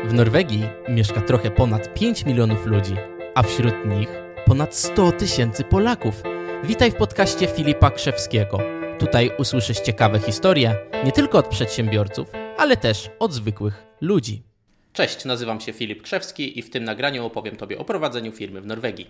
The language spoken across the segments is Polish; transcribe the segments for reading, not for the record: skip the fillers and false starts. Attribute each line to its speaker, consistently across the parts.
Speaker 1: W Norwegii mieszka trochę ponad 5 milionów ludzi, a wśród nich ponad 100 tysięcy Polaków. Witaj w podcaście Filipa Krzewskiego. Tutaj usłyszysz ciekawe historie nie tylko od przedsiębiorców, ale też od zwykłych ludzi. Cześć, nazywam się Filip Krzewski i w tym nagraniu opowiem Tobie o prowadzeniu firmy w Norwegii.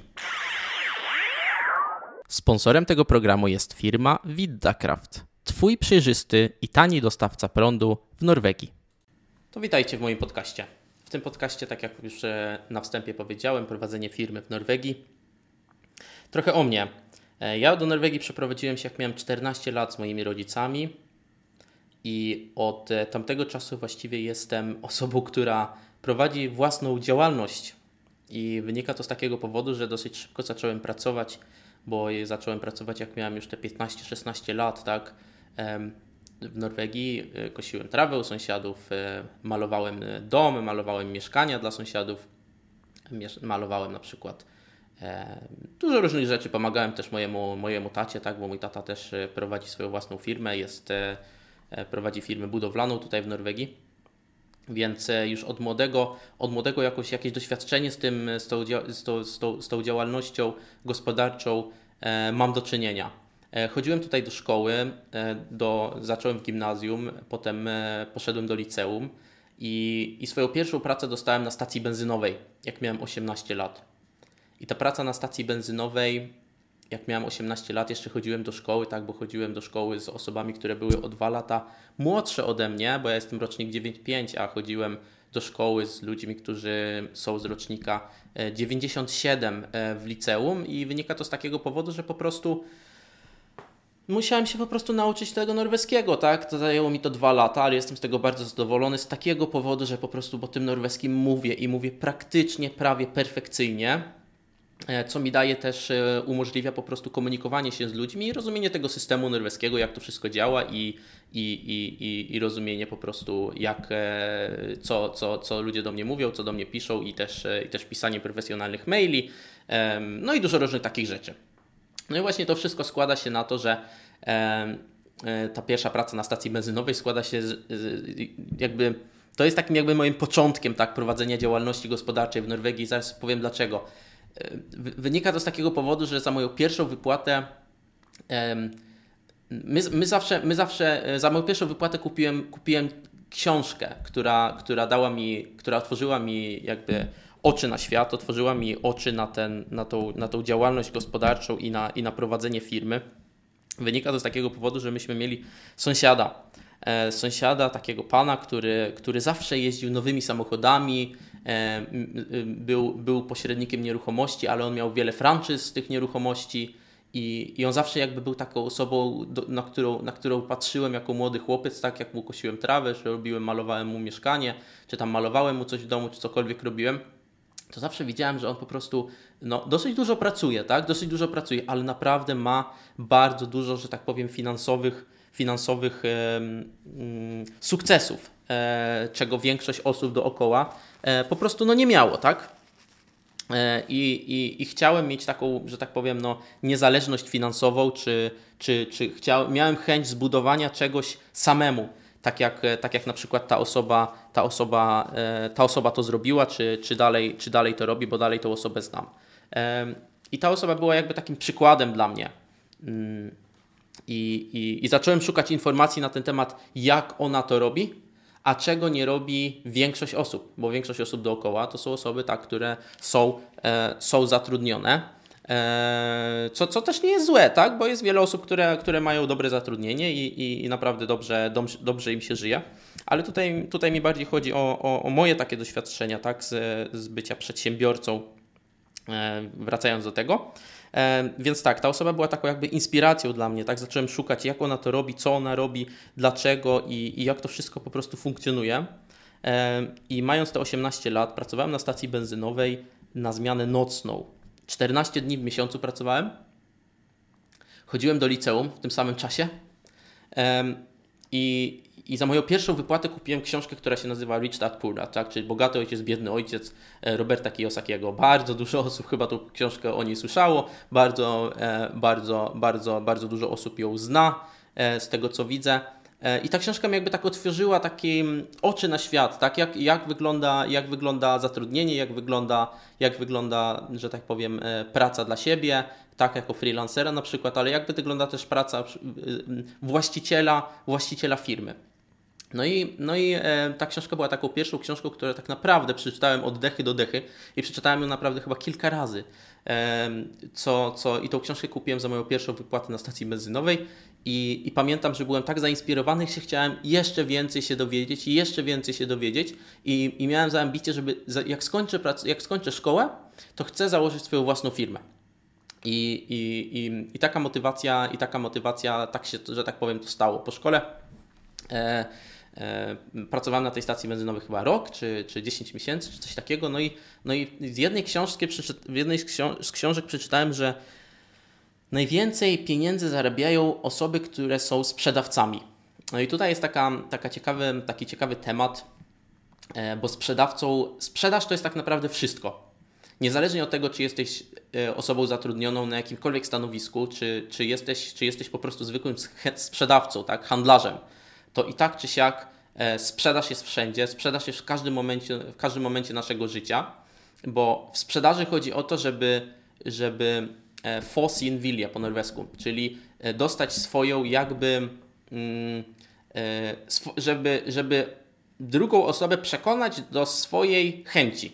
Speaker 1: Sponsorem tego programu jest firma Viddakraft, Twój przejrzysty i tani dostawca prądu w Norwegii. To witajcie w moim podcaście. W tym podcaście, tak jak już na wstępie powiedziałem, prowadzenie firmy w Norwegii. Trochę o mnie. Ja do Norwegii przeprowadziłem się, jak miałem 14 lat z moimi rodzicami i od tamtego czasu właściwie jestem osobą, która prowadzi własną działalność. I wynika to z takiego powodu, że dosyć szybko zacząłem pracować, bo zacząłem pracować, jak miałem już te 15-16 lat, tak? W Norwegii kosiłem trawę u sąsiadów, malowałem domy, malowałem mieszkania dla sąsiadów, malowałem na przykład dużo różnych rzeczy, pomagałem też mojemu tacie, tak, bo mój tata też prowadzi swoją własną firmę, prowadzi firmę budowlaną tutaj w Norwegii, więc już od młodego jakieś doświadczenie z tą działalnością gospodarczą mam do czynienia. Chodziłem tutaj do szkoły, zacząłem w gimnazjum, potem poszedłem do liceum i swoją pierwszą pracę dostałem na stacji benzynowej, jak miałem 18 lat. I ta praca na stacji benzynowej, jak miałem 18 lat, jeszcze chodziłem do szkoły, tak, bo chodziłem do szkoły z osobami, które były o 2 lata młodsze ode mnie, bo ja jestem rocznik 9-5, a chodziłem do szkoły z ludźmi, którzy są z rocznika 97 w liceum i wynika to z takiego powodu, że po prostu musiałem się nauczyć tego norweskiego, tak? To zajęło mi to 2 lata, ale jestem z tego bardzo zadowolony z takiego powodu, że po prostu po tym norweskim mówię praktycznie prawie perfekcyjnie, co mi daje też, umożliwia po prostu komunikowanie się z ludźmi i rozumienie tego systemu norweskiego, jak to wszystko działa i rozumienie po prostu co ludzie do mnie mówią, co do mnie piszą i też pisanie profesjonalnych maili, no i dużo różnych takich rzeczy. No i właśnie to wszystko składa się na to, że ta pierwsza praca na stacji benzynowej składa się to jest takim jakby moim początkiem, tak, prowadzenia działalności gospodarczej w Norwegii. Zaraz powiem dlaczego. Wynika to z takiego powodu, że za moją pierwszą wypłatę my zawsze za moją pierwszą wypłatę kupiłem książkę, która otworzyła mi jakby oczy na świat, otworzyła mi oczy na tą działalność gospodarczą i na prowadzenie firmy. Wynika to z takiego powodu, że myśmy mieli sąsiada, takiego pana, który zawsze jeździł nowymi samochodami, był pośrednikiem nieruchomości, ale on miał wiele franczyz z tych nieruchomości i on zawsze jakby był taką osobą, na którą patrzyłem jako młody chłopiec, tak jak mu kosiłem trawę, czy malowałem mu mieszkanie, czy tam malowałem mu coś w domu, czy cokolwiek robiłem. To zawsze widziałem, że on po prostu dosyć dużo pracuje, tak? Dosyć dużo pracuje, ale naprawdę ma bardzo dużo, że tak powiem, finansowych sukcesów, czego większość osób dookoła po prostu nie miało, tak? I chciałem mieć taką, że tak powiem, niezależność finansową, miałem chęć zbudowania czegoś samemu. Tak jak na przykład ta osoba to zrobiła, czy dalej to robi, bo dalej tą osobę znam. I ta osoba była jakby takim przykładem dla mnie. I zacząłem szukać informacji na ten temat, jak ona to robi, a czego nie robi większość osób, bo większość osób dookoła to są osoby, tak, które są zatrudnione. Co też nie jest złe, tak? Bo jest wiele osób, które mają dobre zatrudnienie i naprawdę dobrze im się żyje. Ale tutaj mi bardziej chodzi o moje takie doświadczenia, tak? Z bycia przedsiębiorcą, wracając do tego. Więc tak, ta osoba była taką jakby inspiracją dla mnie, tak? Zacząłem szukać, jak ona to robi, co ona robi, dlaczego i jak to wszystko po prostu funkcjonuje. I mając te 18 lat, pracowałem na stacji benzynowej na zmianę nocną. 14 dni w miesiącu pracowałem. Chodziłem do liceum w tym samym czasie. I za moją pierwszą wypłatę kupiłem książkę, która się nazywa Rich Dad Poor Dad, tak? Czyli Bogaty ojciec, biedny ojciec Roberta Kiyosakiego. Bardzo dużo osób chyba tą książkę o niej słyszało. Bardzo dużo osób ją zna z tego, co widzę. I ta książka mi jakby tak otworzyła takie oczy na świat, tak? Jak wygląda zatrudnienie, jak wygląda, że tak powiem, praca dla siebie, tak, jako freelancera na przykład, ale jak wygląda też praca właściciela firmy. No i ta książka była taką pierwszą książką, którą tak naprawdę przeczytałem od dechy do dechy i przeczytałem ją naprawdę chyba kilka razy. I tą książkę kupiłem za moją pierwszą wypłatę na stacji benzynowej i pamiętam, że byłem tak zainspirowany, że chciałem jeszcze więcej się dowiedzieć i jeszcze więcej się dowiedzieć i miałem za ambicję, żeby jak skończę szkołę, to chcę założyć swoją własną firmę. I taka motywacja, tak się, że tak powiem, to stało. Po szkole pracowałem na tej stacji benzynowej chyba rok, czy 10 miesięcy, czy coś takiego. No i w jednej z książek przeczytałem, że najwięcej pieniędzy zarabiają osoby, które są sprzedawcami. No i tutaj jest taki ciekawy temat, bo sprzedaż to jest tak naprawdę wszystko. Niezależnie od tego, czy jesteś osobą zatrudnioną na jakimkolwiek stanowisku, czy jesteś po prostu zwykłym sprzedawcą, tak, handlarzem, to i tak czy siak sprzedaż jest wszędzie, sprzedaż jest w każdym momencie naszego życia, bo w sprzedaży chodzi o to, żeby få sin vilja po norwesku, czyli dostać swoją jakby, żeby drugą osobę przekonać do swojej chęci.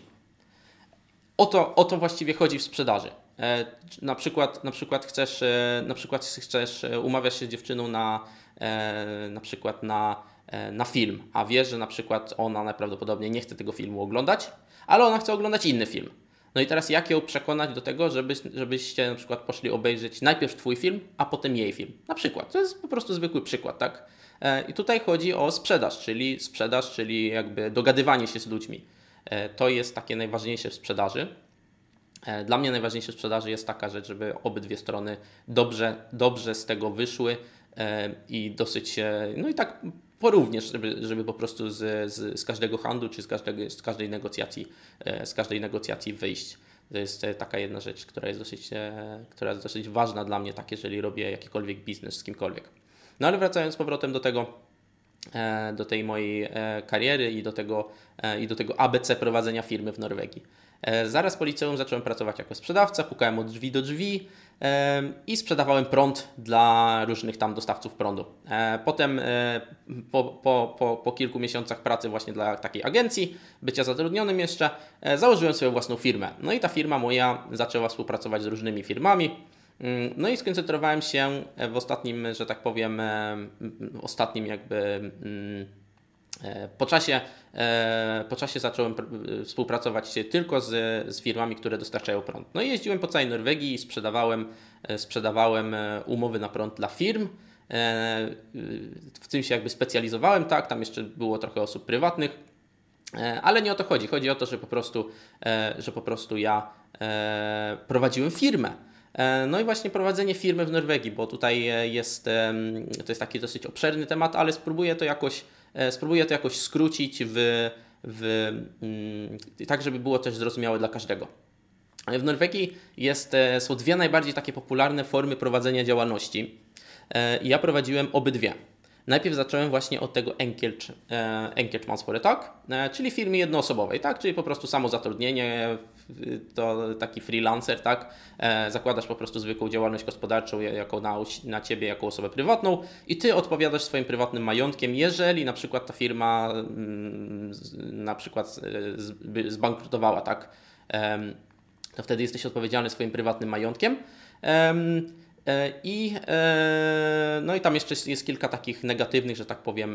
Speaker 1: O to właściwie chodzi w sprzedaży. Na przykład chcesz umawiasz się z dziewczyną na przykład na film, a wiesz, że na przykład ona najprawdopodobniej nie chce tego filmu oglądać, ale ona chce oglądać inny film. No i teraz jak ją przekonać do tego, żebyście na przykład poszli obejrzeć najpierw Twój film, a potem jej film. Na przykład. To jest po prostu zwykły przykład, tak? I tutaj chodzi o sprzedaż, czyli jakby dogadywanie się z ludźmi. To jest takie najważniejsze w sprzedaży. Dla mnie najważniejsze w sprzedaży jest taka rzecz, żeby obydwie strony dobrze z tego wyszły i dosyć, no i tak porównież, żeby po prostu z każdego handlu czy z każdej negocjacji wyjść. To jest taka jedna rzecz, która jest dosyć ważna dla mnie, tak jeżeli robię jakikolwiek biznes z kimkolwiek. No ale wracając z powrotem do tej mojej kariery i do tego ABC prowadzenia firmy w Norwegii. Zaraz po liceum zacząłem pracować jako sprzedawca, pukałem od drzwi do drzwi i sprzedawałem prąd dla różnych tam dostawców prądu. Potem po kilku miesiącach pracy właśnie dla takiej agencji, bycia zatrudnionym jeszcze, założyłem swoją własną firmę. No i ta firma moja zaczęła współpracować z różnymi firmami. No i skoncentrowałem się w ostatnim, że tak powiem, po czasie zacząłem współpracować tylko z firmami, które dostarczają prąd. No i jeździłem po całej Norwegii i sprzedawałem umowy na prąd dla firm. W tym się jakby specjalizowałem, tak, tam jeszcze było trochę osób prywatnych, ale nie o to chodzi. Chodzi o to, że po prostu ja prowadziłem firmę. No i właśnie prowadzenie firmy w Norwegii, bo tutaj to jest taki dosyć obszerny temat, ale spróbuję to jakoś skrócić tak, żeby było też zrozumiałe dla każdego. W Norwegii są dwie najbardziej takie popularne formy prowadzenia działalności i ja prowadziłem obydwie. Najpierw zacząłem właśnie od tego enkeltmannsforetak, czyli firmy jednoosobowej, tak? Czyli po prostu samozatrudnienie, to taki freelancer, tak? Zakładasz po prostu zwykłą działalność gospodarczą na Ciebie jako osobę prywatną i Ty odpowiadasz swoim prywatnym majątkiem, jeżeli na przykład ta firma zbankrutowała, tak? To wtedy jesteś odpowiedzialny swoim prywatnym majątkiem. No i tam jeszcze jest kilka takich negatywnych, że tak powiem,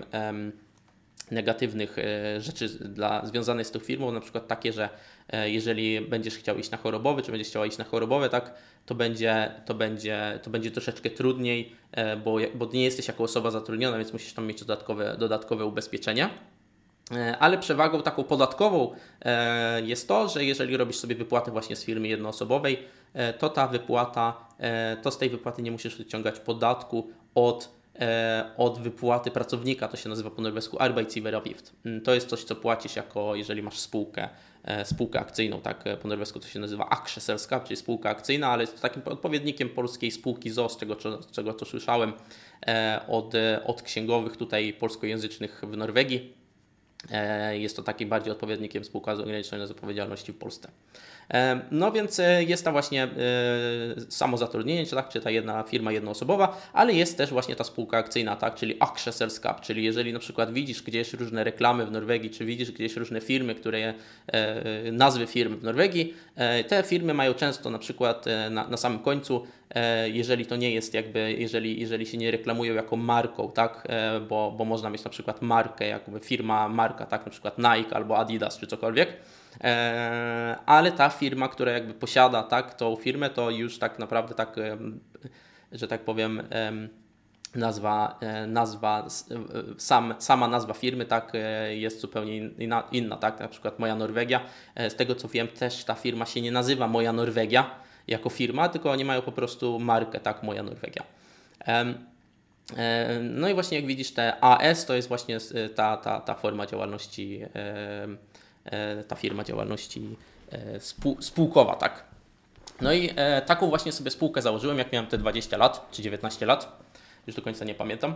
Speaker 1: rzeczy związanych z tą firmą, na przykład takie, że jeżeli będziesz chciał iść na chorobowy, czy będziesz chciała iść na chorobowe, tak, to będzie troszeczkę trudniej, bo nie jesteś jako osoba zatrudniona, więc musisz tam mieć dodatkowe ubezpieczenia. Ale przewagą taką podatkową jest to, że jeżeli robisz sobie wypłatę właśnie z firmy jednoosobowej, to z tej wypłaty nie musisz wyciągać podatku od od wypłaty pracownika, to się nazywa po norwesku Arbeidsgiveravgift. To jest coś, co płacisz jeżeli masz spółkę akcyjną, tak, po norwesku to się nazywa Aksjeselskap, czyli spółka akcyjna, ale jest to takim odpowiednikiem polskiej spółki z czego to słyszałem od księgowych tutaj polskojęzycznych w Norwegii. Jest to takim bardziej odpowiednikiem spółka z ograniczoną odpowiedzialności w Polsce. No więc jest tam właśnie samozatrudnienie, tak, czy ta jedna firma jednoosobowa, ale jest też właśnie ta spółka akcyjna, tak, czyli Aksjeselskap, czyli jeżeli na przykład widzisz gdzieś różne reklamy w Norwegii, czy widzisz gdzieś różne firmy, nazwy firm w Norwegii, te firmy mają często na przykład na samym końcu, jeżeli to nie jest jeżeli się nie reklamują jako marką, tak, bo można mieć na przykład markę, jakby marka, tak, na przykład Nike albo Adidas czy cokolwiek, ale ta firma, która jakby posiada, tak, tą firmę, to już tak naprawdę tak, że tak powiem, sama nazwa firmy, tak, jest zupełnie inna, tak, na przykład Moja Norwegia, z tego co wiem też ta firma się nie nazywa Moja Norwegia jako firma, tylko oni mają po prostu markę, tak, Moja Norwegia. No i właśnie jak widzisz te AS to jest właśnie ta forma działalności, ta firma działalności spółkowa, tak. No i taką właśnie sobie spółkę założyłem, jak miałem te 20 lat, czy 19 lat, już do końca nie pamiętam.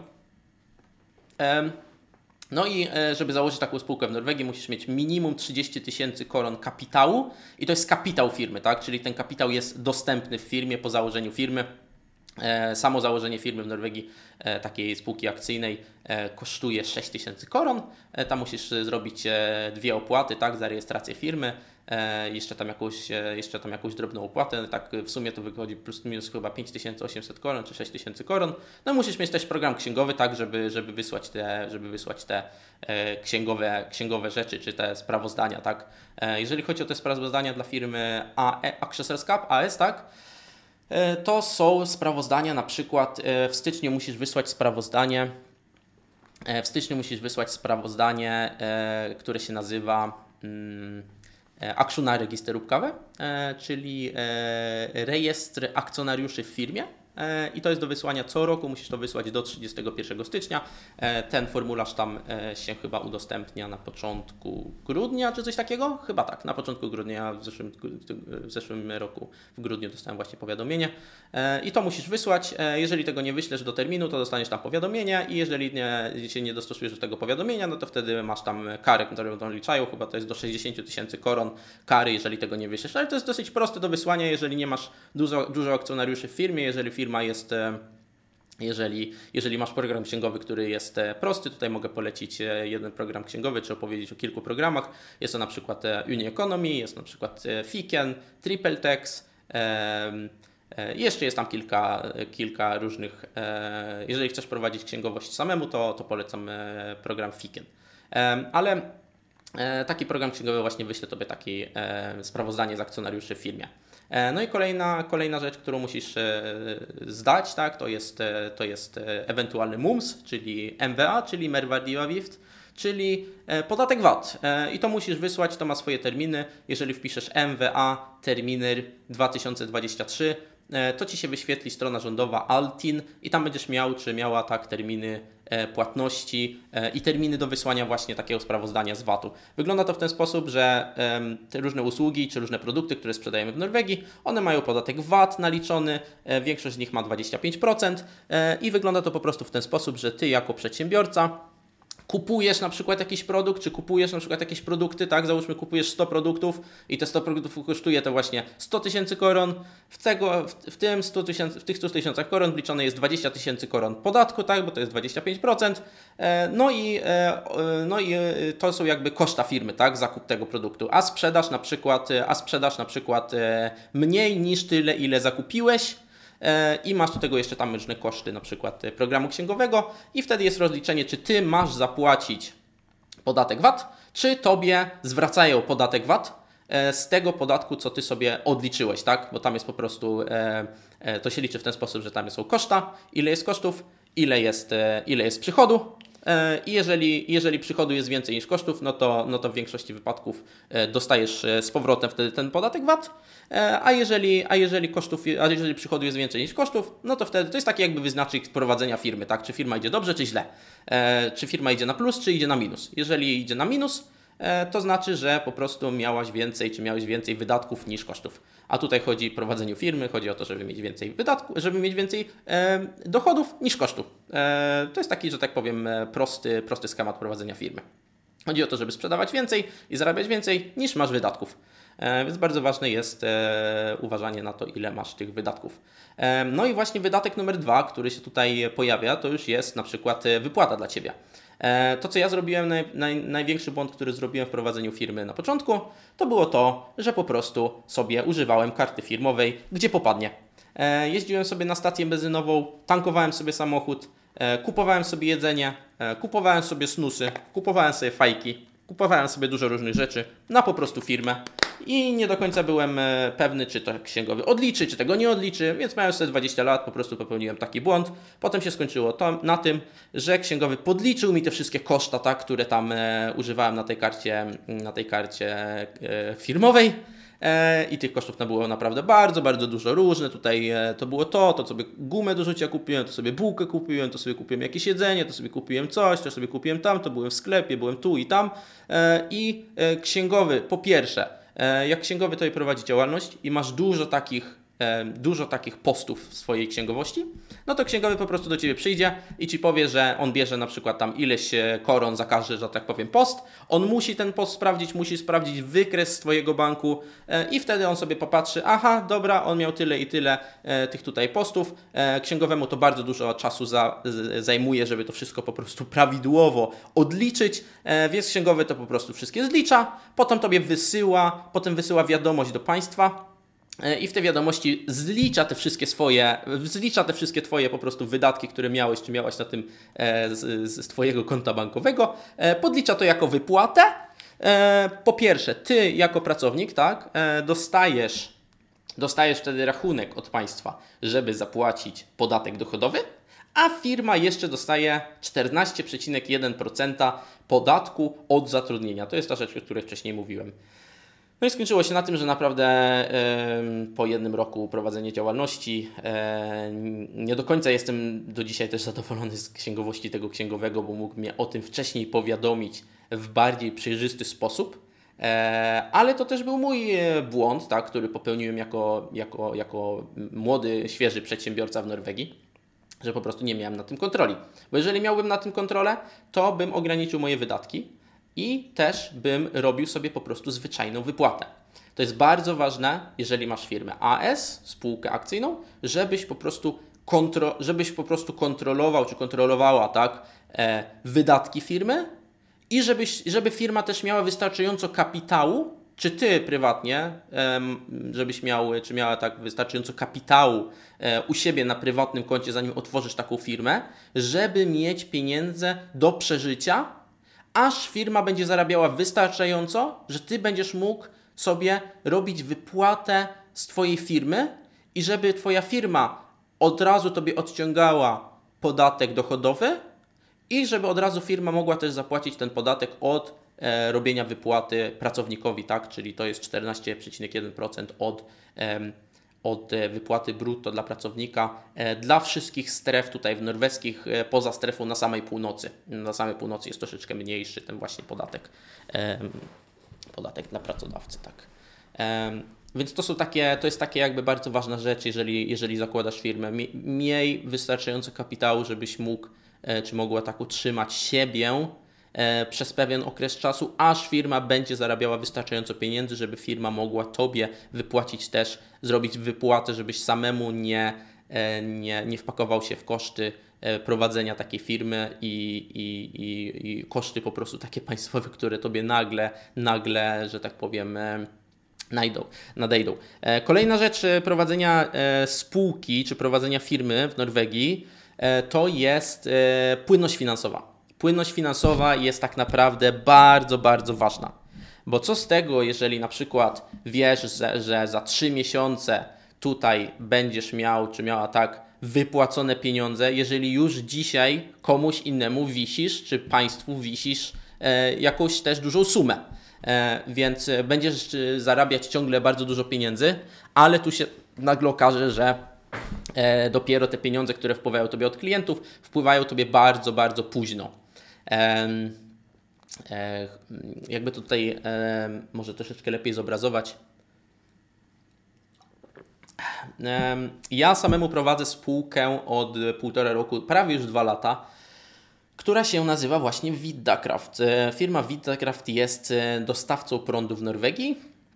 Speaker 1: No i żeby założyć taką spółkę w Norwegii, musisz mieć minimum 30 000 koron kapitału i to jest kapitał firmy, tak, czyli ten kapitał jest dostępny w firmie po założeniu firmy. Samo założenie firmy w Norwegii, takiej spółki akcyjnej, kosztuje 6 000 koron. Tam musisz zrobić 2 opłaty, tak, za rejestrację firmy, jeszcze tam jakąś drobną opłatę. Tak w sumie to wychodzi plus minus chyba 5800 koron czy 6000 koron. No musisz mieć też program księgowy, tak, żeby wysłać te księgowe rzeczy, czy te sprawozdania, tak. Jeżeli chodzi o te sprawozdania dla firmy Aksjeselskap AS, tak, to są sprawozdania, na przykład w styczniu musisz wysłać sprawozdanie, które się nazywa Aksjona registeroppgave, czyli rejestr akcjonariuszy w firmie. I to jest do wysłania co roku, musisz to wysłać do 31 stycznia. Ten formularz tam się chyba udostępnia na początku grudnia, czy coś takiego? Chyba tak, na początku grudnia, w zeszłym roku w grudniu dostałem właśnie powiadomienie. I to musisz wysłać. Jeżeli tego nie wyślesz do terminu, to dostaniesz tam powiadomienie i jeżeli się nie dostosujesz do tego powiadomienia, no to wtedy masz tam karę, którą doliczają, chyba to jest do 60 000 koron kary, jeżeli tego nie wyślesz. Ale to jest dosyć proste do wysłania, jeżeli nie masz dużo akcjonariuszy w firmie, jeżeli firma jest, jeżeli masz program księgowy, który jest prosty, tutaj mogę polecić jeden program księgowy, czy opowiedzieć o kilku programach. Jest to na przykład Unieconomy, jest na przykład Fiken, TripleTex, jeszcze jest tam kilka różnych. Jeżeli chcesz prowadzić księgowość samemu, to polecam program Fiken. Ale taki program księgowy właśnie wyśle Tobie takie sprawozdanie z akcjonariuszy w firmie. No i kolejna rzecz, którą musisz zdać, tak, to jest ewentualny MUMS, czyli MVA, czyli Merverdiavgift, czyli podatek VAT. I to musisz wysłać, to ma swoje terminy. Jeżeli wpiszesz MVA terminer 2023, to Ci się wyświetli strona rządowa Altinn i tam będziesz miał, czy miała tak terminy płatności i terminy do wysłania właśnie takiego sprawozdania z VAT-u. Wygląda to w ten sposób, że te różne usługi czy różne produkty, które sprzedajemy w Norwegii, one mają podatek VAT naliczony, większość z nich ma 25% i wygląda to po prostu w ten sposób, że Ty jako przedsiębiorca kupujesz na przykład jakiś produkt, czy kupujesz na przykład jakieś produkty, tak, załóżmy kupujesz 100 produktów i te 100 produktów kosztuje to właśnie 100 000 koron, w tych 100 000 koron wliczone jest 20 000 koron podatku, tak, bo to jest 25%, no i to są jakby koszta firmy, tak, zakup tego produktu, a sprzedaż na przykład mniej niż tyle, ile zakupiłeś, i masz do tego jeszcze tam różne koszty, na przykład programu księgowego i wtedy jest rozliczenie, czy Ty masz zapłacić podatek VAT, czy Tobie zwracają podatek VAT z tego podatku, co Ty sobie odliczyłeś, tak? Bo tam jest po prostu, to się liczy w ten sposób, że tam są koszta, ile jest kosztów, ile jest przychodu i jeżeli przychodu jest więcej niż kosztów, no to w większości wypadków dostajesz z powrotem wtedy ten podatek VAT, a jeżeli przychodu jest więcej niż kosztów, no to wtedy to jest taki jakby wyznacznik prowadzenia firmy, tak? Czy firma idzie dobrze, czy źle, czy firma idzie na plus, czy idzie na minus. Jeżeli idzie na minus, to znaczy, że po prostu miałeś więcej wydatków niż kosztów. A tutaj chodzi o prowadzeniu firmy, chodzi o to, żeby mieć więcej wydatków, żeby mieć więcej dochodów niż kosztów. To jest taki, że tak powiem, prosty schemat prowadzenia firmy. Chodzi o to, żeby sprzedawać więcej i zarabiać więcej niż masz wydatków. Więc bardzo ważne jest uważanie na to, ile masz tych wydatków. No i właśnie wydatek numer 2, który się tutaj pojawia, to już jest na przykład wypłata dla Ciebie. To, co ja zrobiłem, największy błąd, który zrobiłem w prowadzeniu firmy na początku, to było to, że po prostu sobie używałem karty firmowej, gdzie popadnie. Jeździłem sobie na stację benzynową, tankowałem sobie samochód, kupowałem sobie jedzenie, kupowałem sobie snusy, kupowałem sobie fajki, kupowałem sobie dużo różnych rzeczy na po prostu firmę i nie do końca byłem pewny, czy to księgowy odliczy, czy tego nie odliczy, więc mając sobie 20 lat po prostu popełniłem taki błąd. Potem się skończyło to na tym, że księgowy podliczył mi te wszystkie koszta, tak, które tam używałem na tej karcie firmowej. I tych kosztów było naprawdę bardzo, bardzo dużo różne. Tutaj to było to sobie gumę do rzucia kupiłem, to sobie bułkę kupiłem, to sobie kupiłem jakieś jedzenie, to sobie kupiłem coś, to sobie kupiłem tam, to byłem w sklepie, byłem tu i tam. I księgowy, po pierwsze, jak księgowy tutaj prowadzi działalność i masz dużo takich postów w swojej księgowości, no to księgowy po prostu do Ciebie przyjdzie i Ci powie, że on bierze na przykład tam ileś koron za każdy, że tak powiem, post. On musi ten post sprawdzić, musi sprawdzić wykres z Twojego banku i wtedy on sobie popatrzy, aha, dobra, on miał tyle i tyle tych tutaj postów. Księgowemu to bardzo dużo czasu zajmuje, żeby to wszystko po prostu prawidłowo odliczyć, więc księgowy to po prostu wszystkie zlicza, potem Tobie wysyła wiadomość do państwa, i w tej wiadomości zlicza te wszystkie Twoje po prostu wydatki, które miałeś, czy miałaś na tym z Twojego konta bankowego. Podlicza to jako wypłatę. Po pierwsze, Ty jako pracownik, tak, dostajesz wtedy rachunek od państwa, żeby zapłacić podatek dochodowy, a firma jeszcze dostaje 14,1% podatku od zatrudnienia. To jest ta rzecz, o której wcześniej mówiłem. No i skończyło się na tym, że naprawdę po 1 roku prowadzenia działalności nie do końca jestem do dzisiaj też zadowolony z księgowości tego księgowego, bo mógł mnie o tym wcześniej powiadomić w bardziej przejrzysty sposób, ale to też był mój błąd, tak, który popełniłem jako młody, świeży przedsiębiorca w Norwegii, że po prostu nie miałem na tym kontroli. Bo jeżeli miałbym na tym kontrolę, to bym ograniczył moje wydatki i też bym robił sobie po prostu zwyczajną wypłatę. To jest bardzo ważne, jeżeli masz firmę AS, spółkę akcyjną, żebyś po prostu kontrolował czy kontrolowała, tak, wydatki firmy i żeby firma też miała wystarczająco kapitału, czy Ty prywatnie, żebyś miała tak wystarczająco kapitału u siebie na prywatnym koncie, zanim otworzysz taką firmę, żeby mieć pieniądze do przeżycia, aż firma będzie zarabiała wystarczająco, że Ty będziesz mógł sobie robić wypłatę z Twojej firmy i żeby Twoja firma od razu Tobie odciągała podatek dochodowy i żeby od razu firma mogła też zapłacić ten podatek od robienia wypłaty pracownikowi, tak? Czyli to jest 14,1% od wypłaty brutto dla pracownika dla wszystkich stref tutaj w norweskich, poza strefą na samej północy. Na samej północy jest troszeczkę mniejszy ten właśnie podatek dla pracodawcy, tak. Więc to jest takie jakby bardzo ważna rzecz, jeżeli zakładasz firmę. Miej wystarczająco kapitału, żebyś mógł czy mogła tak utrzymać siebie przez pewien okres czasu, aż firma będzie zarabiała wystarczająco pieniędzy, żeby firma mogła Tobie wypłacić też, zrobić wypłatę, żebyś samemu nie wpakował się w koszty prowadzenia takiej firmy i koszty po prostu takie państwowe, które Tobie nagle, że tak powiem, nadejdą. Kolejna rzecz prowadzenia spółki czy prowadzenia firmy w Norwegii to jest płynność finansowa. Płynność finansowa jest tak naprawdę bardzo, bardzo ważna. Bo co z tego, jeżeli na przykład wiesz, że za 3 miesiące tutaj będziesz miał, czy miała tak wypłacone pieniądze, jeżeli już dzisiaj komuś innemu wisisz, czy państwu wisisz jakąś też dużą sumę. Więc będziesz zarabiać ciągle bardzo dużo pieniędzy, ale tu się nagle okaże, że dopiero te pieniądze, które wpływają Tobie od klientów, wpływają Tobie bardzo, bardzo późno. Jakby tutaj może troszeczkę lepiej zobrazować. Ja samemu prowadzę spółkę od 1,5 roku, prawie już 2 lata, która się nazywa właśnie Viddakraft. Firma Viddakraft jest dostawcą prądu w Norwegii.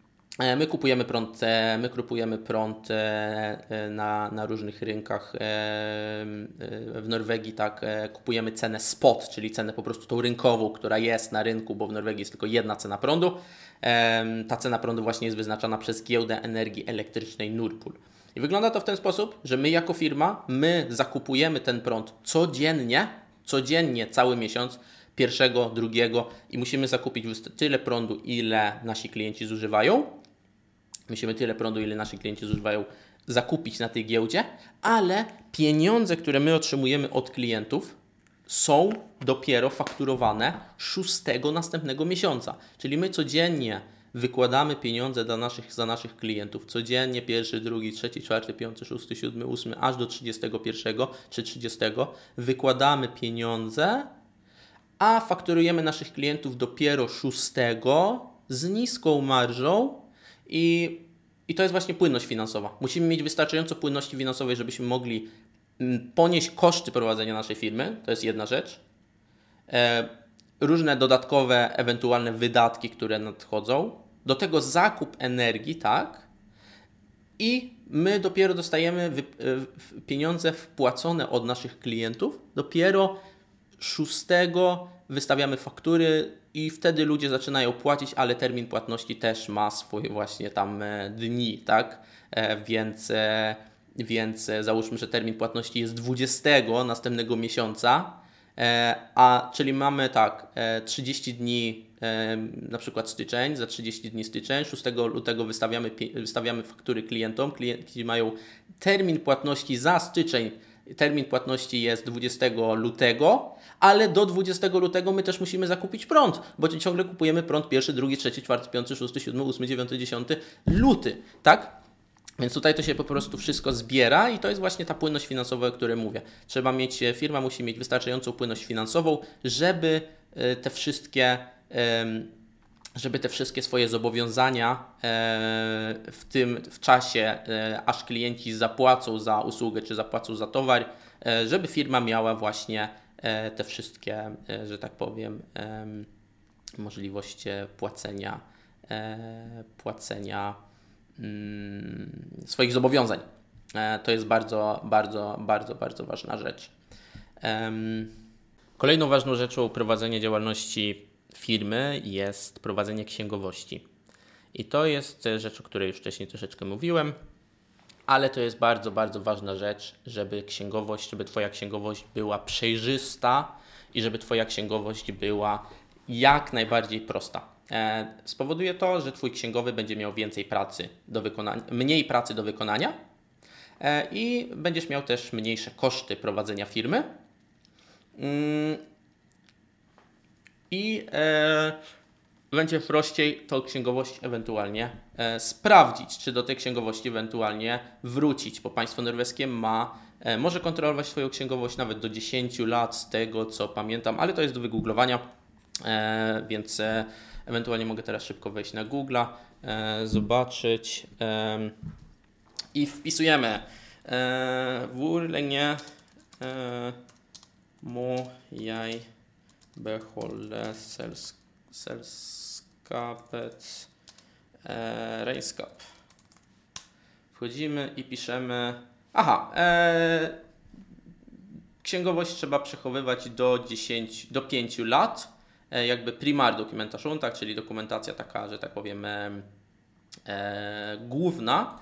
Speaker 1: My kupujemy prąd na różnych rynkach w Norwegii, tak, kupujemy cenę spot, czyli cenę po prostu tą rynkową, która jest na rynku, bo w Norwegii jest tylko jedna cena prądu. Ta cena prądu właśnie jest wyznaczana przez Giełdę Energii Elektrycznej Nord Pool. I wygląda to w ten sposób, że my jako firma, my zakupujemy ten prąd codziennie, cały miesiąc, pierwszego, drugiego i musimy zakupić tyle prądu, ile nasi klienci zużywają. Musimy tyle prądu, ile nasi klienci zużywają, zakupić na tej giełdzie, ale pieniądze, które my otrzymujemy od klientów, są dopiero fakturowane 6 następnego miesiąca. Czyli my codziennie wykładamy pieniądze za naszych klientów. Codziennie 1, 2, 3, 4, 5, 6, 7, 8, aż do 31 czy 30 wykładamy pieniądze, a fakturujemy naszych klientów dopiero 6 z niską marżą i to jest właśnie płynność finansowa. Musimy mieć wystarczająco płynności finansowej, żebyśmy mogli ponieść koszty prowadzenia naszej firmy. To jest jedna rzecz. Różne dodatkowe, ewentualne wydatki, które nadchodzą. Do tego zakup energii, tak? I my dopiero dostajemy pieniądze wpłacone od naszych klientów. Dopiero 6 wystawiamy faktury i wtedy ludzie zaczynają płacić, ale termin płatności też ma swoje właśnie tam dni, tak? Więc załóżmy, że termin płatności jest 20 następnego miesiąca, czyli mamy tak 30 dni, na przykład styczeń, za 30 dni styczeń, 6 lutego wystawiamy faktury klientom. Klienci mają termin płatności za styczeń. Termin płatności jest 20 lutego, ale do 20 lutego my też musimy zakupić prąd, bo ciągle kupujemy prąd 1, 2, 3, 4, 5, 6, 7, 8, 9, 10 luty, tak? Więc tutaj to się po prostu wszystko zbiera i to jest właśnie ta płynność finansowa, o której mówię. Firma musi mieć wystarczającą płynność finansową, żeby te wszystkie swoje zobowiązania w czasie, aż klienci zapłacą za usługę czy zapłacą za towar, żeby firma miała właśnie te wszystkie, że tak powiem, możliwość płacenia swoich zobowiązań. To jest bardzo, bardzo, bardzo, bardzo ważna rzecz. Kolejną ważną rzeczą prowadzenia działalności firmy jest prowadzenie księgowości. I to jest rzecz, o której już wcześniej troszeczkę mówiłem, ale to jest bardzo, bardzo ważna rzecz, żeby Twoja księgowość była przejrzysta i żeby Twoja księgowość była jak najbardziej prosta. Spowoduje to, że Twój księgowy będzie miał mniej pracy do wykonania i będziesz miał też mniejsze koszty prowadzenia firmy. I będzie prościej tą księgowość ewentualnie sprawdzić, czy do tej księgowości ewentualnie wrócić, bo państwo norweskie może kontrolować swoją księgowość nawet do 10 lat z tego, co pamiętam, ale to jest do wygooglowania, więc ewentualnie mogę teraz szybko wejść na Google'a, zobaczyć i wpisujemy hvor lenge må jeg beholde selskapets regnskap. Wchodzimy i piszemy księgowość trzeba przechowywać do 5 lat, jakby primar dokumentation, tak, czyli dokumentacja taka, że tak powiem, główna,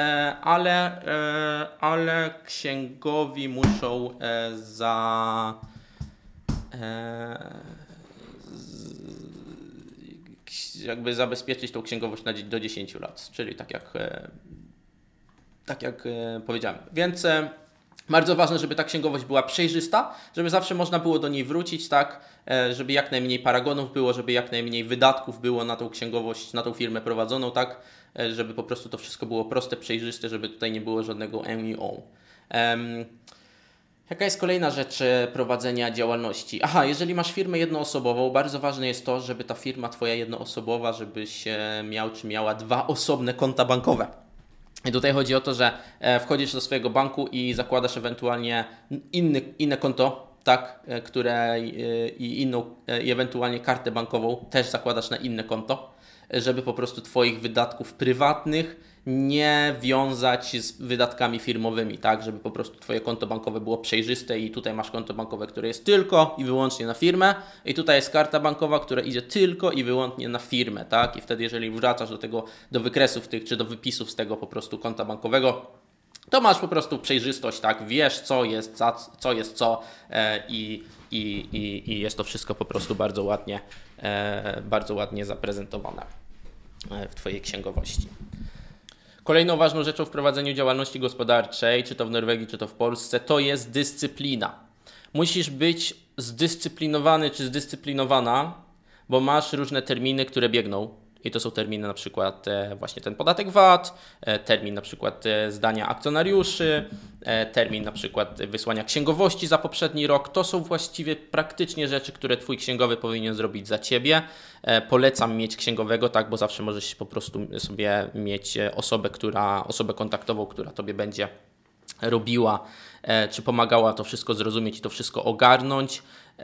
Speaker 1: ale księgowi muszą jakby zabezpieczyć tą księgowość do 10 lat, czyli tak jak powiedziałem. Więc Bardzo ważne, żeby ta księgowość była przejrzysta, żeby zawsze można było do niej wrócić, tak, żeby jak najmniej paragonów było, żeby jak najmniej wydatków było na tą księgowość, na tą firmę prowadzoną, tak, żeby po prostu to wszystko było proste, przejrzyste, żeby tutaj nie było żadnego MIO. Jaka jest kolejna rzecz prowadzenia działalności? Aha, jeżeli masz firmę jednoosobową, bardzo ważne jest to, żeby ta firma twoja jednoosobowa, żebyś miał czy miała 2 osobne konta bankowe. I tutaj chodzi o to, że wchodzisz do swojego banku i zakładasz ewentualnie inne konto, tak, które i ewentualnie kartę bankową też zakładasz na inne konto, żeby po prostu Twoich wydatków prywatnych nie wiązać z wydatkami firmowymi, tak, żeby po prostu Twoje konto bankowe było przejrzyste i tutaj masz konto bankowe, które jest tylko i wyłącznie na firmę i tutaj jest karta bankowa, która idzie tylko i wyłącznie na firmę, tak, i wtedy jeżeli wracasz do wykresów tych, czy do wypisów z tego po prostu konta bankowego, to masz po prostu przejrzystość, tak, wiesz co jest co i jest to wszystko po prostu bardzo ładnie zaprezentowane w Twojej księgowości. Kolejną ważną rzeczą w prowadzeniu działalności gospodarczej, czy to w Norwegii, czy to w Polsce, to jest dyscyplina. Musisz być zdyscyplinowany czy zdyscyplinowana, bo masz różne terminy, które biegną. I to są terminy na przykład właśnie ten podatek VAT, termin na przykład zdania akcjonariuszy, termin na przykład wysłania księgowości za poprzedni rok. To są właściwie praktycznie rzeczy, które Twój księgowy powinien zrobić za Ciebie. Polecam mieć księgowego, tak, bo zawsze możesz po prostu sobie mieć osobę kontaktową, która Tobie będzie robiła, czy pomagała to wszystko zrozumieć i to wszystko ogarnąć.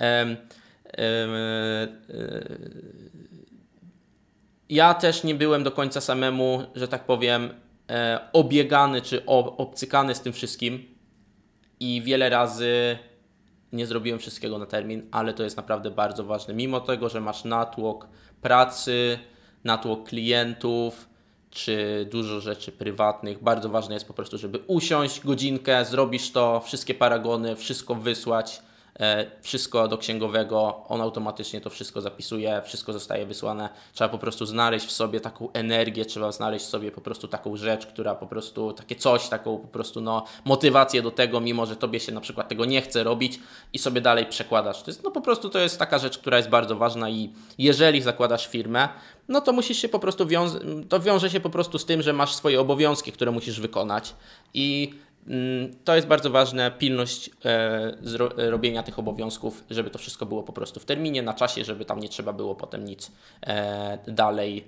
Speaker 1: Ja też nie byłem do końca samemu, że tak powiem, obiegany czy obcykany z tym wszystkim i wiele razy nie zrobiłem wszystkiego na termin, ale to jest naprawdę bardzo ważne. Mimo tego, że masz natłok pracy, natłok klientów czy dużo rzeczy prywatnych, bardzo ważne jest po prostu, żeby usiąść godzinkę, zrobisz to, wszystkie paragony, wszystko wysłać, wszystko do księgowego, on automatycznie to wszystko zapisuje, wszystko zostaje wysłane. Trzeba po prostu znaleźć w sobie taką energię, trzeba znaleźć w sobie po prostu taką rzecz, która po prostu, takie coś, taką po prostu motywację do tego, mimo że Tobie się na przykład tego nie chce robić i sobie dalej przekładasz. To jest, po prostu to jest taka rzecz, która jest bardzo ważna i jeżeli zakładasz firmę, no to musisz się po prostu to wiąże się po prostu z tym, że masz swoje obowiązki, które musisz wykonać i to jest bardzo ważne, pilność robienia tych obowiązków, żeby to wszystko było po prostu w terminie, na czasie, żeby tam nie trzeba było potem nic dalej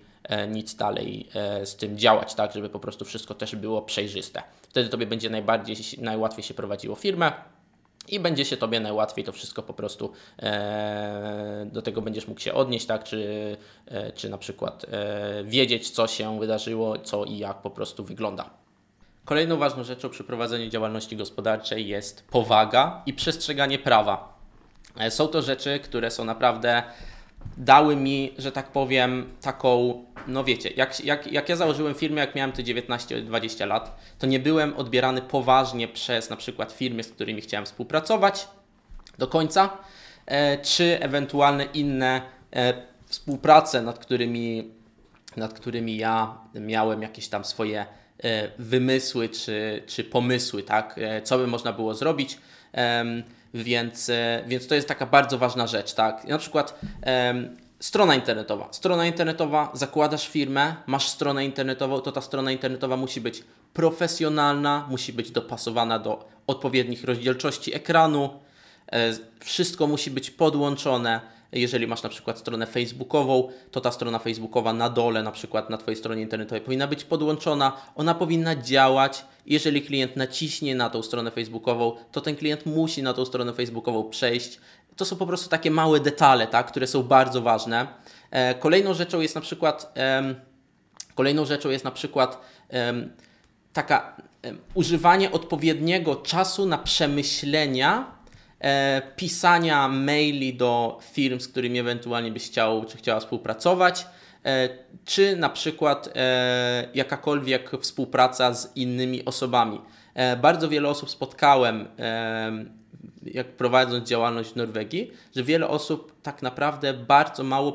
Speaker 1: z tym działać, tak, żeby po prostu wszystko też było przejrzyste. Wtedy Tobie będzie najłatwiej się prowadziło firmę i będzie się Tobie najłatwiej to wszystko po prostu do tego będziesz mógł się odnieść, tak, czy na przykład wiedzieć, co się wydarzyło, co i jak po prostu wygląda. Kolejną ważną rzeczą przy prowadzeniu działalności gospodarczej jest powaga i przestrzeganie prawa. Są to rzeczy, które są naprawdę dały mi, że tak powiem, taką, no wiecie, jak ja założyłem firmę, jak miałem te 19-20 lat, to nie byłem odbierany poważnie przez na przykład firmy, z którymi chciałem współpracować do końca, czy ewentualne inne współprace, nad którymi ja miałem jakieś tam swoje wymysły czy pomysły, tak, co by można było zrobić, więc to jest taka bardzo ważna rzecz, tak, na przykład strona internetowa, zakładasz firmę, masz stronę internetową, to ta strona internetowa musi być profesjonalna, musi być dopasowana do odpowiednich rozdzielczości ekranu, wszystko musi być podłączone. Jeżeli masz na przykład stronę facebookową, to ta strona facebookowa na dole, na przykład na Twojej stronie internetowej powinna być podłączona, ona powinna działać. Jeżeli klient naciśnie na tą stronę facebookową, to ten klient musi na tą stronę facebookową przejść. To są po prostu takie małe detale, tak, które są bardzo ważne. Kolejną rzeczą jest na przykład używanie odpowiedniego czasu na przemyślenia pisania maili do firm, z którymi ewentualnie byś chciał czy chciała współpracować, czy na przykład jakakolwiek współpraca z innymi osobami. Bardzo wiele osób spotkałem, jak prowadząc działalność w Norwegii, że wiele osób tak naprawdę bardzo mało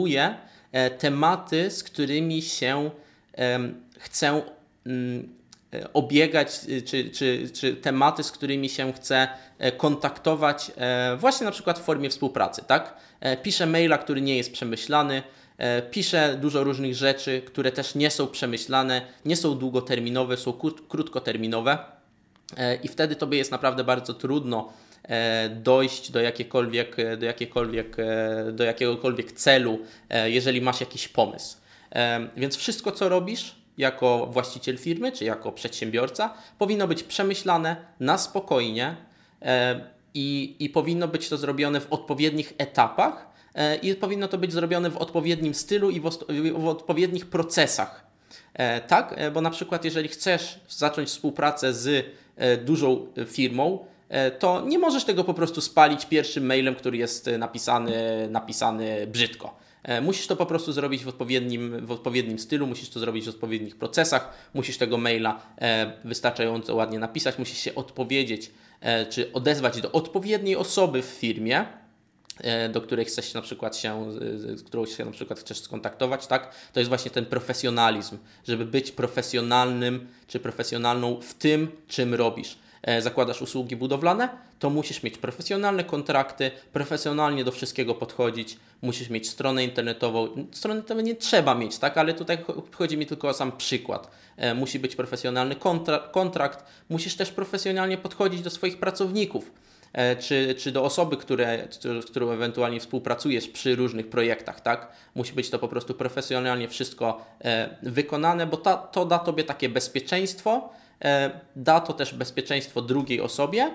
Speaker 1: przemyśliwuje tematy, z którymi się chce obiegać, czy tematy, z którymi się chcę kontaktować właśnie na przykład w formie współpracy, tak? Piszę maila, który nie jest przemyślany, piszę dużo różnych rzeczy, które też nie są przemyślane, nie są długoterminowe, są krótkoterminowe i wtedy tobie jest naprawdę bardzo trudno dojść do jakiegokolwiek celu, jeżeli masz jakiś pomysł. Więc wszystko, co robisz jako właściciel firmy, czy jako przedsiębiorca, powinno być przemyślane na spokojnie i powinno być to zrobione w odpowiednich etapach i powinno to być zrobione w odpowiednim stylu i w odpowiednich procesach. Tak, bo na przykład jeżeli chcesz zacząć współpracę z dużą firmą, to nie możesz tego po prostu spalić pierwszym mailem, który jest napisany brzydko. Musisz to po prostu zrobić w odpowiednim stylu, musisz to zrobić w odpowiednich procesach, musisz tego maila wystarczająco ładnie napisać, musisz się odpowiedzieć czy odezwać do odpowiedniej osoby w firmie, do której chcesz na przykład z którą się na przykład chcesz skontaktować, tak? To jest właśnie ten profesjonalizm, żeby być profesjonalnym czy profesjonalną w tym, czym robisz. Zakładasz usługi budowlane, to musisz mieć profesjonalne kontrakty, profesjonalnie do wszystkiego podchodzić, musisz mieć stronę internetową. Stronę internetową nie trzeba mieć, tak? Ale tutaj chodzi mi tylko o sam przykład. Musi być profesjonalny kontrakt, musisz też profesjonalnie podchodzić do swoich pracowników, czy do osoby, z którą ewentualnie współpracujesz przy różnych projektach, tak? Musi być to po prostu profesjonalnie wszystko wykonane, bo to da tobie takie bezpieczeństwo, da to też bezpieczeństwo drugiej osobie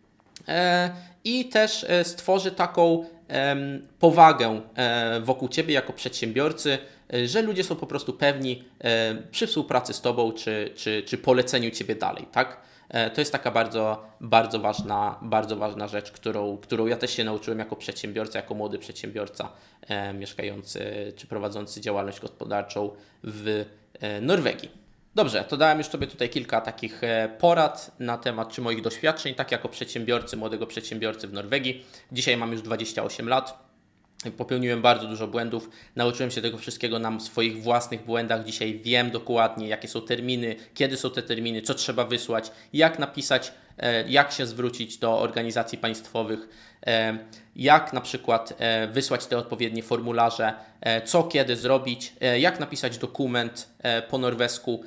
Speaker 1: i też stworzy taką powagę wokół ciebie jako przedsiębiorcy, że ludzie są po prostu pewni przy współpracy z tobą czy poleceniu ciebie dalej, tak? To jest taka bardzo ważna rzecz, którą ja też się nauczyłem jako przedsiębiorca, jako młody przedsiębiorca mieszkający czy prowadzący działalność gospodarczą w Norwegii. Dobrze, to dałem już Tobie tutaj kilka takich porad na temat czy moich doświadczeń, tak jako młodego przedsiębiorcy w Norwegii. Dzisiaj mam już 28 lat. Popełniłem bardzo dużo błędów, nauczyłem się tego wszystkiego na swoich własnych błędach. Dzisiaj wiem dokładnie, jakie są terminy, kiedy są te terminy, co trzeba wysłać, jak napisać, jak się zwrócić do organizacji państwowych, jak na przykład wysłać te odpowiednie formularze, co kiedy zrobić, jak napisać dokument po norwesku,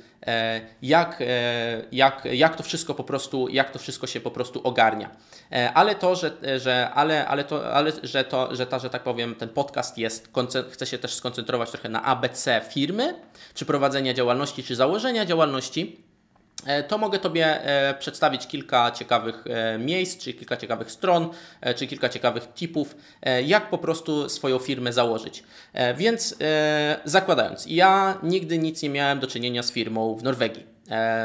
Speaker 1: jak to wszystko się po prostu ogarnia. Ale to, że tak powiem, ten podcast chce się też skoncentrować trochę na ABC firmy, czy prowadzenia działalności, czy założenia działalności, to mogę Tobie przedstawić kilka ciekawych miejsc, czy kilka ciekawych stron, czy kilka ciekawych tipów, jak po prostu swoją firmę założyć. Więc zakładając, ja nigdy nic nie miałem do czynienia z firmą w Norwegii.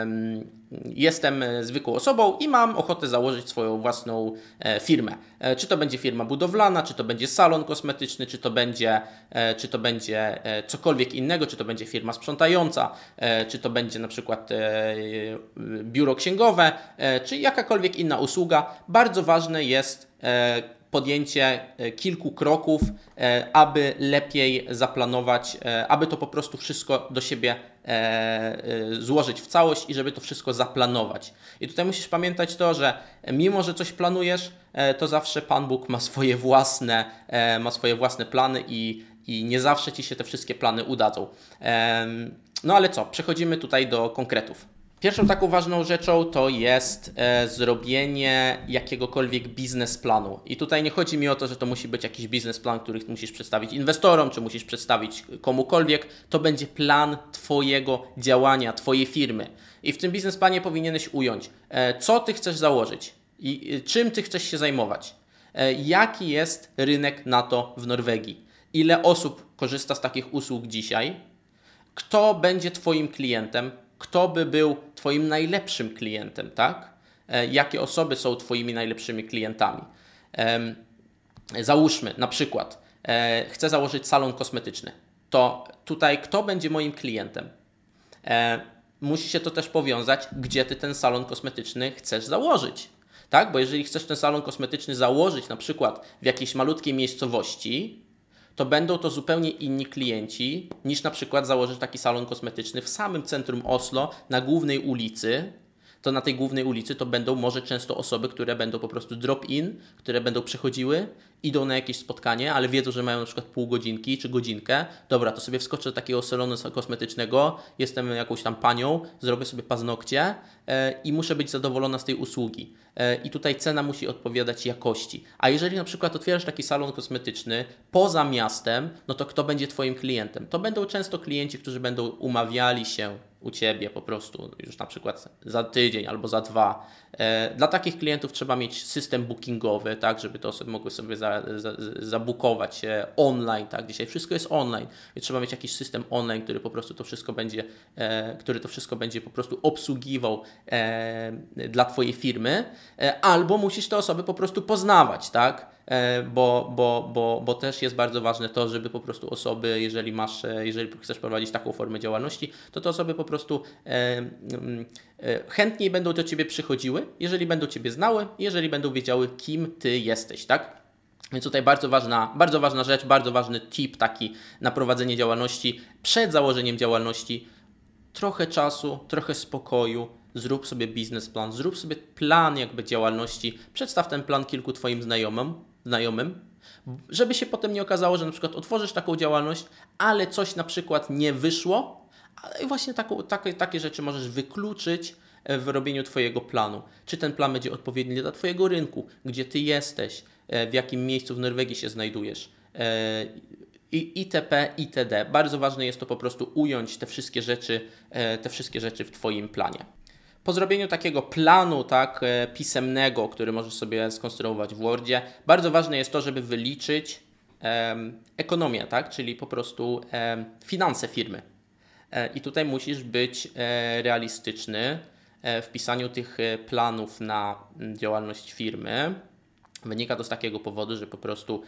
Speaker 1: Jestem zwykłą osobą i mam ochotę założyć swoją własną firmę. Czy to będzie firma budowlana, czy to będzie salon kosmetyczny, czy to będzie cokolwiek innego, czy to będzie firma sprzątająca, czy to będzie na przykład biuro księgowe, czy jakakolwiek inna usługa. Bardzo ważne jest podjęcie kilku kroków, aby lepiej zaplanować, aby to po prostu wszystko do siebie złożyć w całość i żeby to wszystko zaplanować. I tutaj musisz pamiętać to, że mimo, że coś planujesz, to zawsze Pan Bóg ma swoje własne plany i nie zawsze Ci się te wszystkie plany udadzą. No ale co? Przechodzimy tutaj do konkretów. Pierwszą taką ważną rzeczą to jest zrobienie jakiegokolwiek biznesplanu. I tutaj nie chodzi mi o to, że to musi być jakiś biznesplan, który musisz przedstawić inwestorom, czy musisz przedstawić komukolwiek. To będzie plan Twojego działania, Twojej firmy. I w tym biznesplanie powinieneś ująć, co Ty chcesz założyć i czym Ty chcesz się zajmować. Jaki jest rynek na to w Norwegii? Ile osób korzysta z takich usług dzisiaj? Kto będzie Twoim klientem? Kto by był Twoim najlepszym klientem, tak? Jakie osoby są Twoimi najlepszymi klientami? Załóżmy, na przykład, chcę założyć salon kosmetyczny. To tutaj kto będzie moim klientem? Musi się to też powiązać, gdzie Ty ten salon kosmetyczny chcesz założyć. Tak? Bo jeżeli chcesz ten salon kosmetyczny założyć na przykład w jakiejś malutkiej miejscowości, to będą to zupełnie inni klienci niż na przykład założyć taki salon kosmetyczny w samym centrum Oslo na głównej ulicy. To na tej głównej ulicy to będą może często osoby, które będą po prostu drop-in, które będą przychodziły, idą na jakieś spotkanie, ale wiedzą, że mają na przykład pół godzinki czy godzinkę. Dobra, to sobie wskoczę do takiego salonu kosmetycznego, jestem jakąś tam panią, zrobię sobie paznokcie i muszę być zadowolona z tej usługi. I tutaj cena musi odpowiadać jakości. A jeżeli na przykład otwierasz taki salon kosmetyczny poza miastem, no to kto będzie Twoim klientem? To będą często klienci, którzy będą umawiali się u Ciebie po prostu już na przykład za tydzień albo za 2. Dla takich klientów trzeba mieć system bookingowy, tak, żeby te osoby mogły sobie zabukować się online, tak, dzisiaj wszystko jest online, więc trzeba mieć jakiś system online, który po prostu to wszystko będzie po prostu obsługiwał dla Twojej firmy, albo musisz te osoby po prostu poznawać, tak, bo też jest bardzo ważne to, żeby po prostu osoby, jeżeli chcesz prowadzić taką formę działalności, to te osoby po prostu chętniej będą do Ciebie przychodziły, jeżeli będą Ciebie znały, jeżeli będą wiedziały, kim Ty jesteś, tak? Więc tutaj bardzo ważna rzecz, bardzo ważny tip taki na prowadzenie działalności. Przed założeniem działalności trochę czasu, trochę spokoju, zrób sobie biznesplan, zrób sobie plan jakby działalności, przedstaw ten plan kilku Twoim znajomym, żeby się potem nie okazało, że na przykład otworzysz taką działalność, ale coś na przykład nie wyszło, ale właśnie takie rzeczy możesz wykluczyć w robieniu Twojego planu. Czy ten plan będzie odpowiedni dla Twojego rynku, gdzie Ty jesteś, w jakim miejscu w Norwegii się znajdujesz, itp., itd. Bardzo ważne jest to po prostu ująć te wszystkie rzeczy w Twoim planie. Po zrobieniu takiego planu, tak, pisemnego, który możesz sobie skonstruować w Wordzie, bardzo ważne jest to, żeby wyliczyć ekonomię, tak, czyli po prostu finanse firmy. I tutaj musisz być realistyczny w pisaniu tych planów na działalność firmy. Wynika to z takiego powodu, że po prostu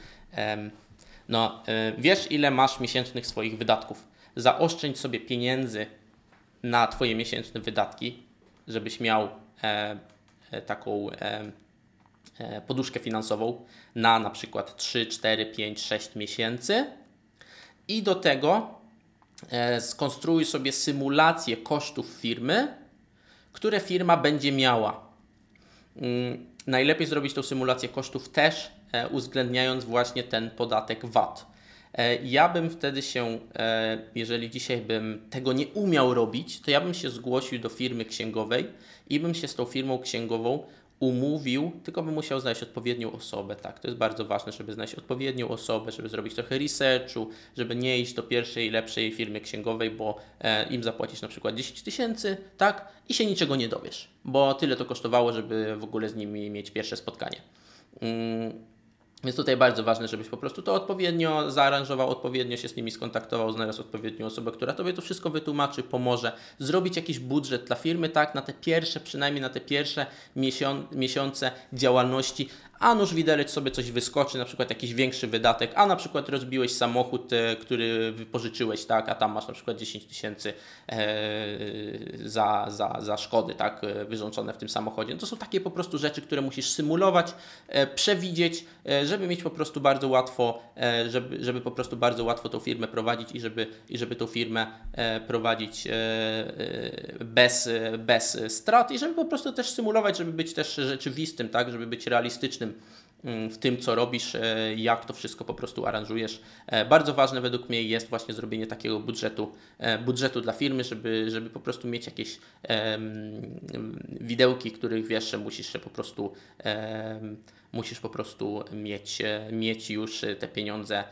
Speaker 1: wiesz, ile masz miesięcznych swoich wydatków. Zaoszczędź sobie pieniędzy na Twoje miesięczne wydatki, żebyś miał taką poduszkę finansową na przykład 3, 4, 5, 6 miesięcy i do tego skonstruuj sobie symulację kosztów firmy, które firma będzie miała. Najlepiej zrobić tą symulację kosztów też uwzględniając właśnie ten podatek VAT. Ja bym wtedy jeżeli dzisiaj bym tego nie umiał robić, to ja bym się zgłosił do firmy księgowej i bym się z tą firmą księgową umówił, tylko bym musiał znaleźć odpowiednią osobę, tak, to jest bardzo ważne, żeby znaleźć odpowiednią osobę, żeby zrobić trochę researchu, żeby nie iść do pierwszej, lepszej firmy księgowej, bo im zapłacisz na przykład 10 000, tak, i się niczego nie dowiesz, bo tyle to kosztowało, żeby w ogóle z nimi mieć pierwsze spotkanie. Więc tutaj bardzo ważne, żebyś po prostu to odpowiednio zaaranżował, odpowiednio się z nimi skontaktował, znalazł odpowiednią osobę, która Tobie to wszystko wytłumaczy, pomoże. Zrobić jakiś budżet dla firmy, tak, przynajmniej na te pierwsze miesiące działalności, a nuż widelec sobie coś wyskoczy, na przykład jakiś większy wydatek, a na przykład rozbiłeś samochód, który wypożyczyłeś, tak, a tam masz na przykład 10 000 za szkody, tak, wyrządzone w tym samochodzie. No to są takie po prostu rzeczy, które musisz symulować, przewidzieć, żeby mieć po prostu bardzo łatwo, żeby po prostu bardzo łatwo tą firmę prowadzić i żeby tą firmę prowadzić bez strat i żeby po prostu też symulować, żeby być też rzeczywistym, tak, żeby być realistycznym w tym, co robisz, jak to wszystko po prostu aranżujesz. Bardzo ważne według mnie jest właśnie zrobienie takiego budżetu dla firmy, żeby po prostu mieć jakieś widełki, których wiesz, że musisz po prostu mieć już te pieniądze,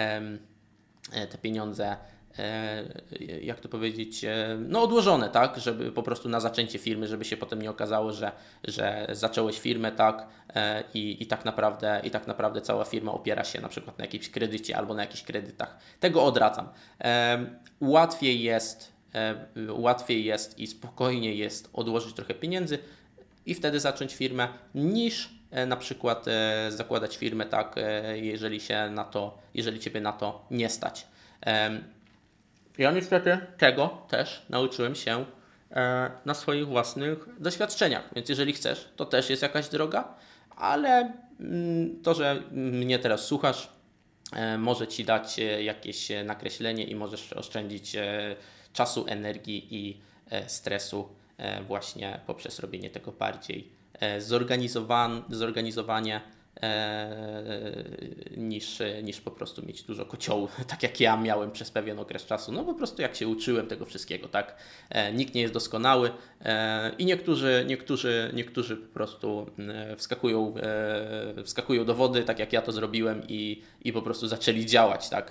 Speaker 1: jak to powiedzieć, odłożone, tak, żeby po prostu na zaczęcie firmy, żeby się potem nie okazało, że zacząłeś firmę, tak, i tak naprawdę cała firma opiera się na przykład na jakimś kredycie albo na jakichś kredytach. Tego odradzam. Łatwiej jest i spokojnie jest odłożyć trochę pieniędzy i wtedy zacząć firmę, niż na przykład zakładać firmę, tak, jeżeli Ciebie na to nie stać. Ja niestety tego też nauczyłem się na swoich własnych doświadczeniach, więc jeżeli chcesz, to też jest jakaś droga, ale to, że mnie teraz słuchasz, może Ci dać jakieś nakreślenie i możesz oszczędzić czasu, energii i stresu właśnie poprzez robienie tego bardziej zorganizowanie niż po prostu mieć dużo kociołu, tak jak ja miałem przez pewien okres czasu. No po prostu jak się uczyłem tego wszystkiego, tak? Nikt nie jest doskonały i niektórzy po prostu wskakują do wody, tak jak ja to zrobiłem i po prostu zaczęli działać, tak?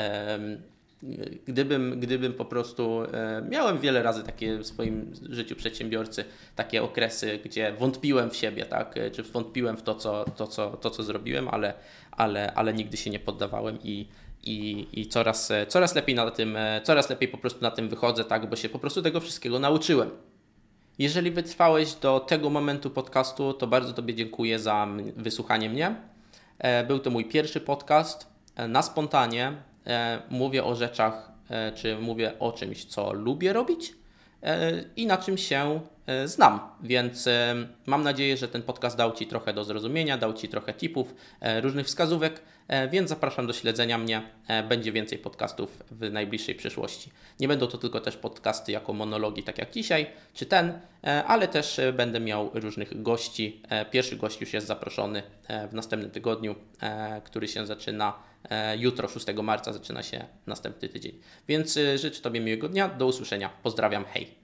Speaker 1: Gdybym po prostu miałem wiele razy takie w swoim życiu przedsiębiorcy, takie okresy, gdzie wątpiłem w siebie, tak? Czy wątpiłem w to, co zrobiłem, ale nigdy się nie poddawałem i coraz lepiej po prostu na tym wychodzę, tak? Bo się po prostu tego wszystkiego nauczyłem. Jeżeli wytrwałeś do tego momentu podcastu, to bardzo Tobie dziękuję za wysłuchanie mnie. Był to mój pierwszy podcast. Na spontanie mówię o rzeczach, czy mówię o czymś, co lubię robić i na czym się znam, więc mam nadzieję, że ten podcast dał Ci trochę do zrozumienia, dał Ci trochę tipów, różnych wskazówek, więc zapraszam do śledzenia mnie. Będzie więcej podcastów w najbliższej przyszłości. Nie będą to tylko też podcasty jako monologi, tak jak dzisiaj, czy ten, ale też będę miał różnych gości. Pierwszy gość już jest zaproszony w następnym tygodniu, który się zaczyna jutro, 6 marca zaczyna się następny tydzień. Więc życzę Tobie miłego dnia, do usłyszenia. Pozdrawiam, hej!